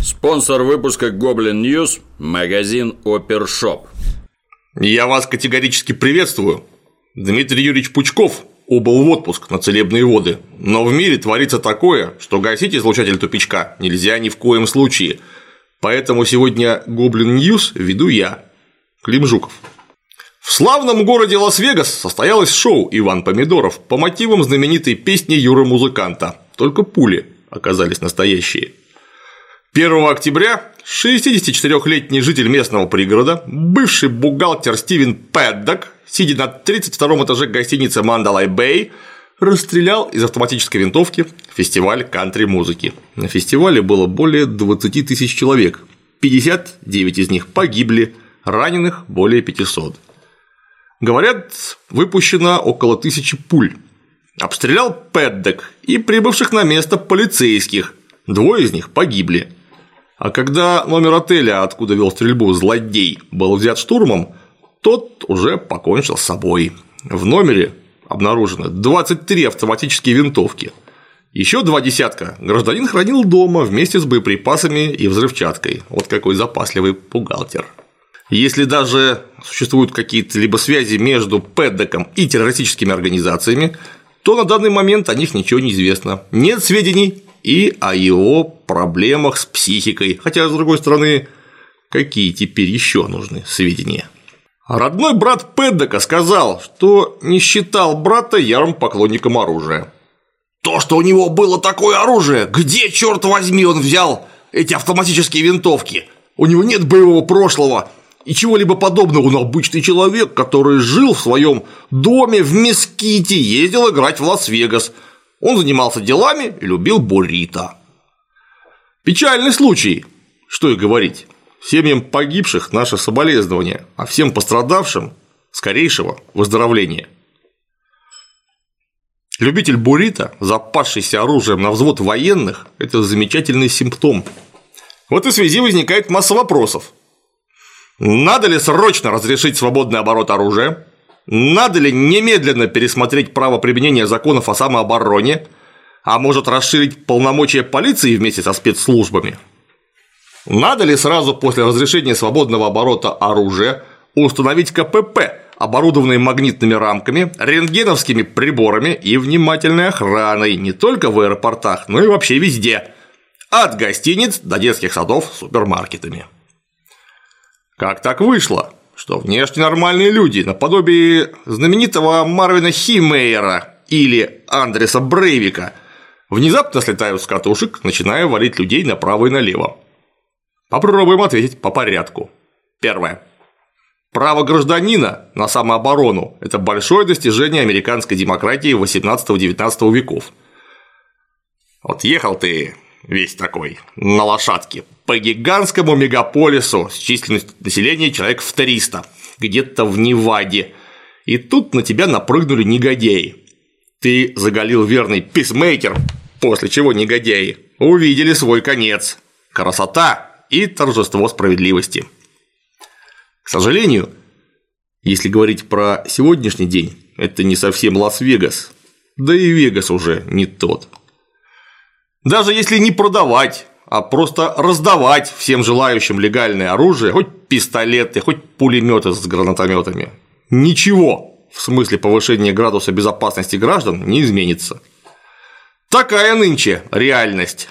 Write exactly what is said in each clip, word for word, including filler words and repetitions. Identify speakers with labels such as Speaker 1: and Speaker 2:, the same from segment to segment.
Speaker 1: Спонсор выпуска Goblin News – магазин Опершоп.
Speaker 2: Я вас категорически приветствую. Дмитрий Юрьевич Пучков убыл в отпуск на целебные воды, но в мире творится такое, что гасить излучатель тупичка нельзя ни в коем случае. Поэтому сегодня Goblin News веду я, Клим Жуков. В славном городе Лас-Вегас состоялось шоу «Иван Помидоров» по мотивам знаменитой песни Юры Музыканта, только пули оказались настоящие. первого октября шестидесятичетырёхлетний житель местного пригорода, бывший бухгалтер Стивен Пэддок, сидя на тридцать втором этаже гостиницы Мандалай Бэй, расстрелял из автоматической винтовки фестиваль кантри-музыки. На фестивале было более двадцати тысяч человек, пятьдесят девять из них погибли, раненых более пятисот. Говорят, выпущено около тысячи пуль. Обстрелял Пэддок и прибывших на место полицейских, двое из них погибли. А когда номер отеля, откуда вел стрельбу злодей, был взят штурмом, тот уже покончил с собой. В номере обнаружено двадцать три автоматические винтовки. Еще два десятка гражданин хранил дома вместе с боеприпасами и взрывчаткой. Вот какой запасливый бухгалтер. Если даже существуют какие-то либо связи между Пэддоком и террористическими организациями, то на данный момент о них ничего не известно. Нет сведений и о его проблемах с психикой. Хотя, с другой стороны, какие теперь еще нужны сведения? Родной брат Пэддока сказал, что не считал брата ярым поклонником оружия. То, что у него было такое оружие, где, черт возьми, он взял эти автоматические винтовки? У него нет боевого прошлого и чего-либо подобного. Он обычный человек, который жил в своем доме в Меските, ездил играть в Лас-Вегас. Он занимался делами и любил буррито. Печальный случай, что и говорить. Семьям погибших наше соболезнование, а всем пострадавшим скорейшего выздоровления. Любитель буррито, запасшийся оружием на взвод военных – это замечательный симптом. В этой связи возникает масса вопросов. Надо ли срочно разрешить свободный оборот оружия? Надо ли немедленно пересмотреть право применения законов о самообороне? А может расширить полномочия полиции вместе со спецслужбами? Надо ли сразу после разрешения свободного оборота оружия установить ка пэ пэ, оборудованные магнитными рамками, рентгеновскими приборами и внимательной охраной не только в аэропортах, но и вообще везде, от гостиниц до детских садов с супермаркетами? Как так вышло, что внешне нормальные люди, наподобие знаменитого Марвина Химейера или Андреса Брейвика, внезапно слетают с катушек, начиная валить людей направо и налево? Попробуем ответить по порядку. Первое. Право гражданина на самооборону – это большое достижение американской демократии восемнадцатого-девятнадцатого веков. Вот ехал ты весь такой на лошадке по гигантскому мегаполису с численностью населения человек в триста, где-то в Неваде, и тут на тебя напрыгнули негодяи. Ты заголил верный писмейкер, после чего негодяи увидели свой конец. Красота и торжество справедливости. К сожалению, если говорить про сегодняшний день, это не совсем Лас-Вегас, да и Вегас уже не тот. Даже если не продавать, а просто раздавать всем желающим легальное оружие, хоть пистолеты, хоть пулеметы с гранатометами, ничего в смысле повышения градуса безопасности граждан не изменится. Такая нынче реальность.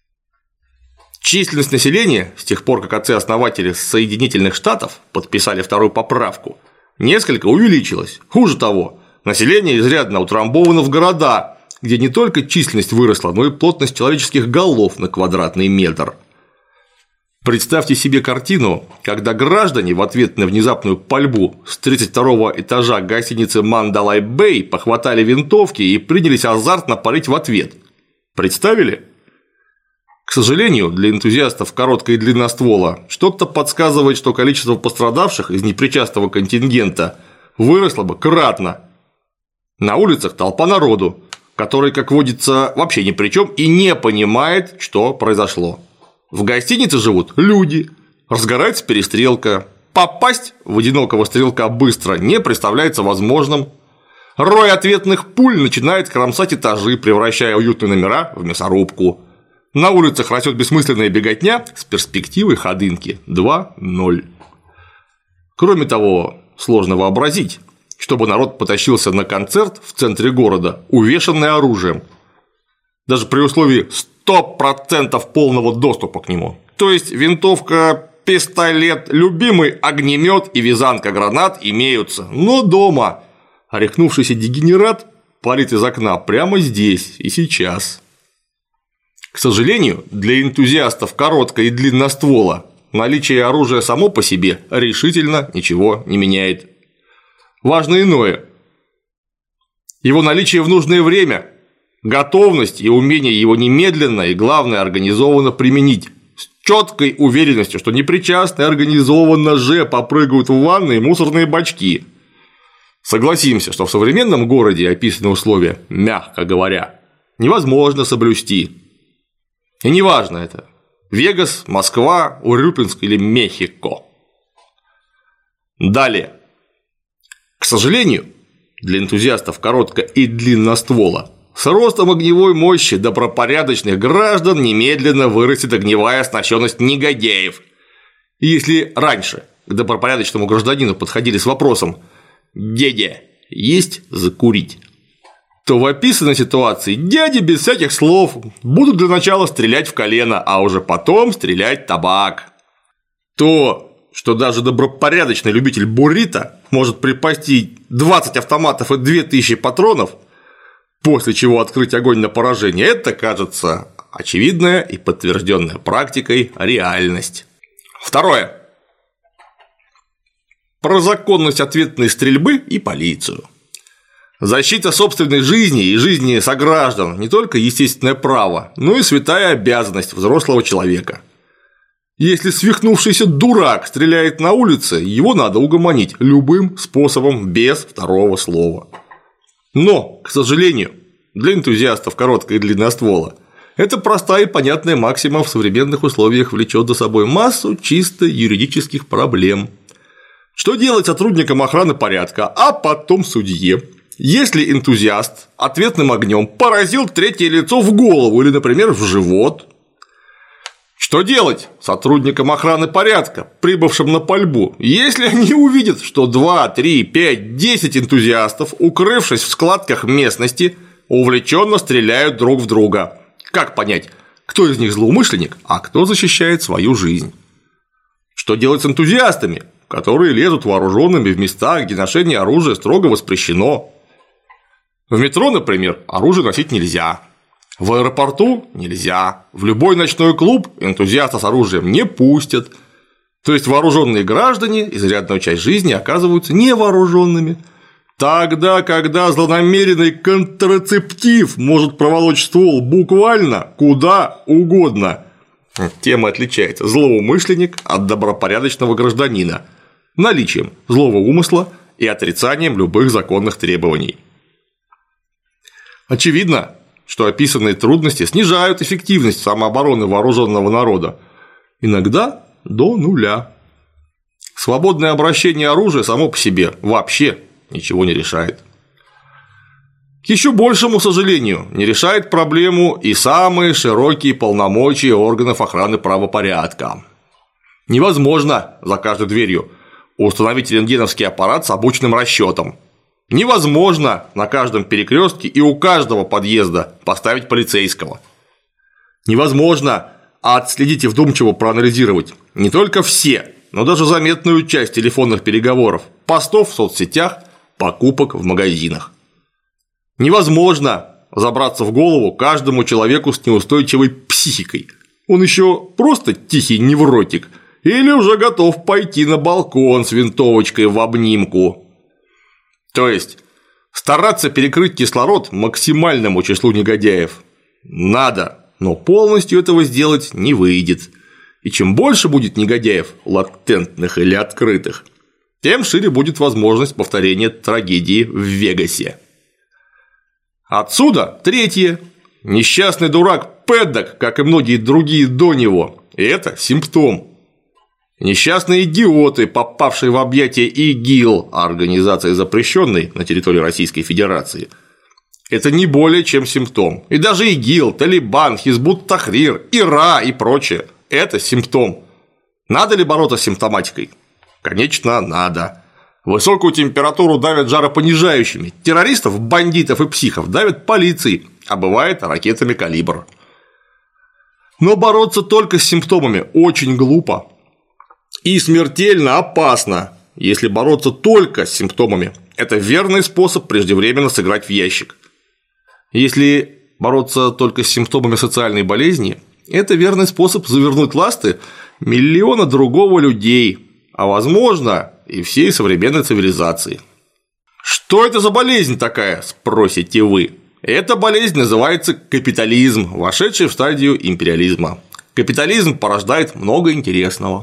Speaker 2: Численность населения, с тех пор, как отцы-основатели Соединительных Штатов подписали вторую поправку, несколько увеличилась. Хуже того, население изрядно утрамбовано в города, где не только численность выросла, но и плотность человеческих голов на квадратный метр. Представьте себе картину, когда граждане в ответ на внезапную пальбу с тридцать второго этажа гостиницы Мандалай Бэй похватали винтовки и принялись азартно палить в ответ. Представили? К сожалению, для энтузиастов короткой и длинноствола что-то подсказывает, что количество пострадавших из непричастного контингента выросло бы кратно. На улицах толпа народу, который, как водится, вообще ни при чем и не понимает, что произошло. В гостинице живут люди, разгорается перестрелка, попасть в одинокого стрелка быстро не представляется возможным. Рой ответных пуль начинает кромсать этажи, превращая уютные номера в мясорубку. На улицах растет бессмысленная беготня с перспективой ходынки два ноль. Кроме того, сложно вообразить, чтобы народ потащился на концерт в центре города, увешанный оружием, даже при условии сто процентов полного доступа к нему. То есть винтовка, пистолет, любимый огнемет и вязанка гранат имеются, но дома рехнувшийся дегенерат палит из окна прямо здесь и сейчас. К сожалению, для энтузиастов коротко- и длинноствола наличие оружия само по себе решительно ничего не меняет. Важно иное. Его наличие в нужное время, готовность и умение его немедленно и, главное, организованно применить с четкой уверенностью, что непричастные организованно же попрыгают в ванны и мусорные бачки. Согласимся, что в современном городе описанные условия, мягко говоря, невозможно соблюсти. И неважно это – Вегас, Москва, Урюпинск или Мехико. Далее. К сожалению, для энтузиастов коротко- и длинноствола с ростом огневой мощи добропорядочных граждан немедленно вырастет огневая оснащенность негодяев. И если раньше к добропорядочному гражданину подходили с вопросом «Дядя, есть закурить?», то в описанной ситуации дяди без всяких слов будут для начала стрелять в колено, а уже потом стрелять табак. То, что даже добропорядочный любитель буррито может припасти двадцать автоматов и две тысячи патронов, после чего открыть огонь на поражение, это, кажется, очевидная и подтвержденная практикой реальность. Второе. Про законность ответной стрельбы и полицию. Защита собственной жизни и жизни сограждан – не только естественное право, но и святая обязанность взрослого человека. Если свихнувшийся дурак стреляет на улице, его надо угомонить любым способом, без второго слова. Но, к сожалению, для энтузиастов коротко- и длинноствола эта простая и понятная максима в современных условиях влечет за собой массу чисто юридических проблем. Что делать сотрудникам охраны порядка, а потом судье, если энтузиаст ответным огнем поразил третье лицо в голову или, например, в живот? Что делать сотрудникам охраны порядка, прибывшим на пальбу, если они увидят, что два, три, пять, десять энтузиастов, укрывшись в складках местности, увлеченно стреляют друг в друга? Как понять, кто из них злоумышленник, а кто защищает свою жизнь? Что делать с энтузиастами, которые лезут вооруженными в места, где ношение оружия строго воспрещено? В метро, например, оружие носить нельзя. В аэропорту нельзя. В любой ночной клуб энтузиаста с оружием не пустят. То есть вооруженные граждане, изрядную часть жизни, оказываются невооруженными. Тогда, когда злонамеренный контрацептив может проволочь ствол буквально куда угодно. Тема отличается злоумышленник от добропорядочного гражданина наличием злого умысла и отрицанием любых законных требований. Очевидно, что описанные трудности снижают эффективность самообороны вооруженного народа, иногда до нуля. Свободное обращение оружия само по себе вообще ничего не решает. К еще большему сожалению, не решает проблему и самые широкие полномочия органов охраны правопорядка. Невозможно за каждой дверью установить рентгеновский аппарат с обычным расчетом. Невозможно на каждом перекрестке и у каждого подъезда поставить полицейского. Невозможно отследить и вдумчиво проанализировать не только все, но даже заметную часть телефонных переговоров, постов в соцсетях, покупок в магазинах. Невозможно забраться в голову каждому человеку с неустойчивой психикой. Он еще просто тихий невротик или уже готов пойти на балкон с винтовочкой в обнимку. То есть стараться перекрыть кислород максимальному числу негодяев надо, но полностью этого сделать не выйдет. И чем больше будет негодяев, латентных или открытых, тем шире будет возможность повторения трагедии в Вегасе. Отсюда третье. Несчастный дурак Пэддок, как и многие другие до него, это симптом. Несчастные идиоты, попавшие в объятия ИГИЛ, организации, запрещенной на территории Российской Федерации, Это не более чем симптом. И даже ИГИЛ, Талибан, Хизбут Тахрир, ИРА и прочее – это симптом. Надо ли бороться с симптоматикой? Конечно, надо. Высокую температуру давят жаропонижающими, террористов, бандитов и психов давят полицией, а бывает ракетами «Калибр». Но бороться только с симптомами очень глупо и смертельно опасно. Если бороться только с симптомами, это верный способ преждевременно сыграть в ящик. Если бороться только с симптомами социальной болезни, это верный способ завернуть ласты миллиона другого людей, а возможно и всей современной цивилизации. Что это за болезнь такая, спросите вы? Эта болезнь называется капитализм, вошедший в стадию империализма. Капитализм порождает много интересного.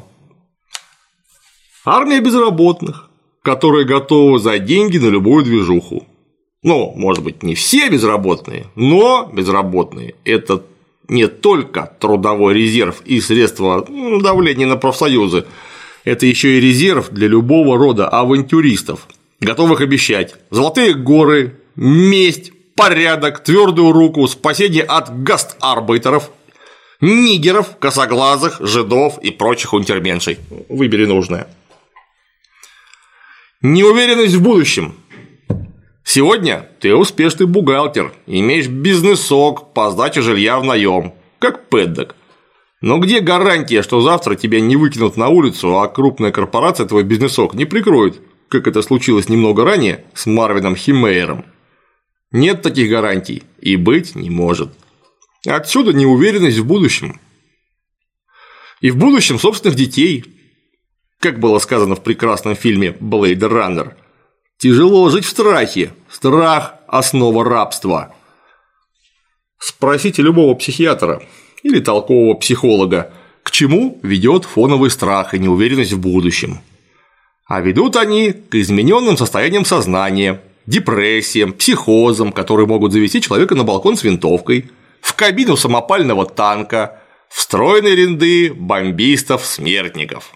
Speaker 2: Армия безработных, которые готовы за деньги на любую движуху. Ну, может быть, не все безработные, но безработные – это не только трудовой резерв и средства давления на профсоюзы, это еще и резерв для любого рода авантюристов, готовых обещать золотые горы, месть, порядок, твердую руку, спасение от гастарбайтеров, нигеров, косоглазых, жидов и прочих унтерменшей. Выбери нужное. Неуверенность в будущем. Сегодня ты успешный бухгалтер, имеешь бизнесок по сдаче жилья в наем, как Пэддок. Но где гарантия, что завтра тебя не выкинут на улицу, а крупная корпорация твой бизнесок не прикроет, как это случилось немного ранее с Марвином Химмейером? Нет таких гарантий и быть не может. Отсюда неуверенность в будущем. И в будущем собственных детей. Как было сказано в прекрасном фильме «Блейд Раннер», тяжело жить в страхе. Страх – основа рабства. Спросите любого психиатра или толкового психолога, к чему ведет фоновый страх и неуверенность в будущем. А ведут они к измененным состояниям сознания, депрессиям, психозам, которые могут завести человека на балкон с винтовкой, в кабину самопального танка, в стройные ряды бомбистов-смертников.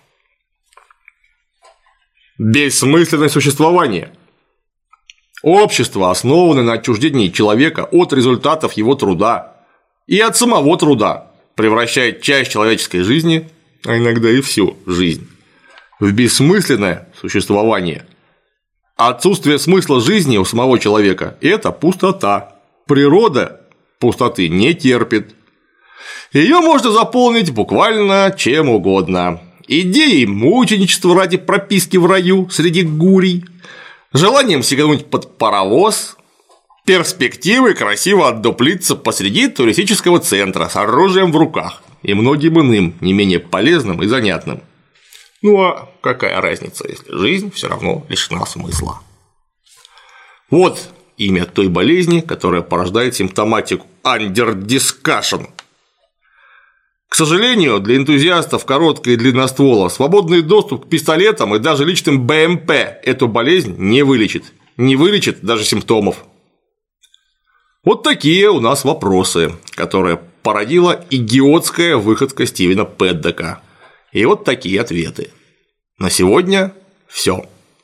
Speaker 2: Бессмысленное существование. Общество основано на отчуждении человека от результатов его труда и от самого труда, превращает часть человеческой жизни, а иногда и всю жизнь, в бессмысленное существование. Отсутствие смысла жизни у самого человека – это пустота. Природа пустоты не терпит. Ее можно заполнить буквально чем угодно. Идеей мученичества ради прописки в раю среди гурий, желанием сигануть под паровоз, перспективой красиво отдуплиться посреди туристического центра с оружием в руках и многим иным, не менее полезным и занятным. Ну а какая разница, если жизнь все равно лишена смысла? Вот имя той болезни, которая порождает симптоматику under discussion. К сожалению, для энтузиастов короткой и длинноствола свободный доступ к пистолетам и даже личным бэ эм пэ эту болезнь не вылечит. Не вылечит даже симптомов. Вот такие у нас вопросы, которые породила идиотская выходка Стивена Пэддока. И вот такие ответы. На сегодня все.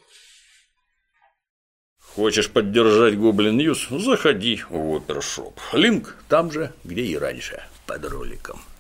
Speaker 1: Хочешь поддержать Гоблин Ньюс? Заходи в Опершоп. Линк там же, где и раньше, под роликом.